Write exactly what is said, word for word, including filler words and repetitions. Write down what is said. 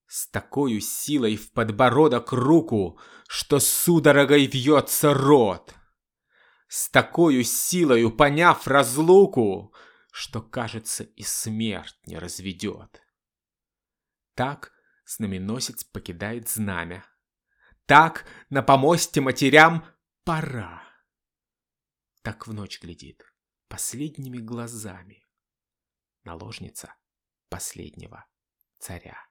С такою силой в подбородок руку, что судорогой вьется рот. С такою силою поняв разлуку, что, кажется, и смерть не разведет. Так знаменосец покидает знамя. Так на помосте матерям пора. Так в ночь глядит последними глазами наложница последнего царя.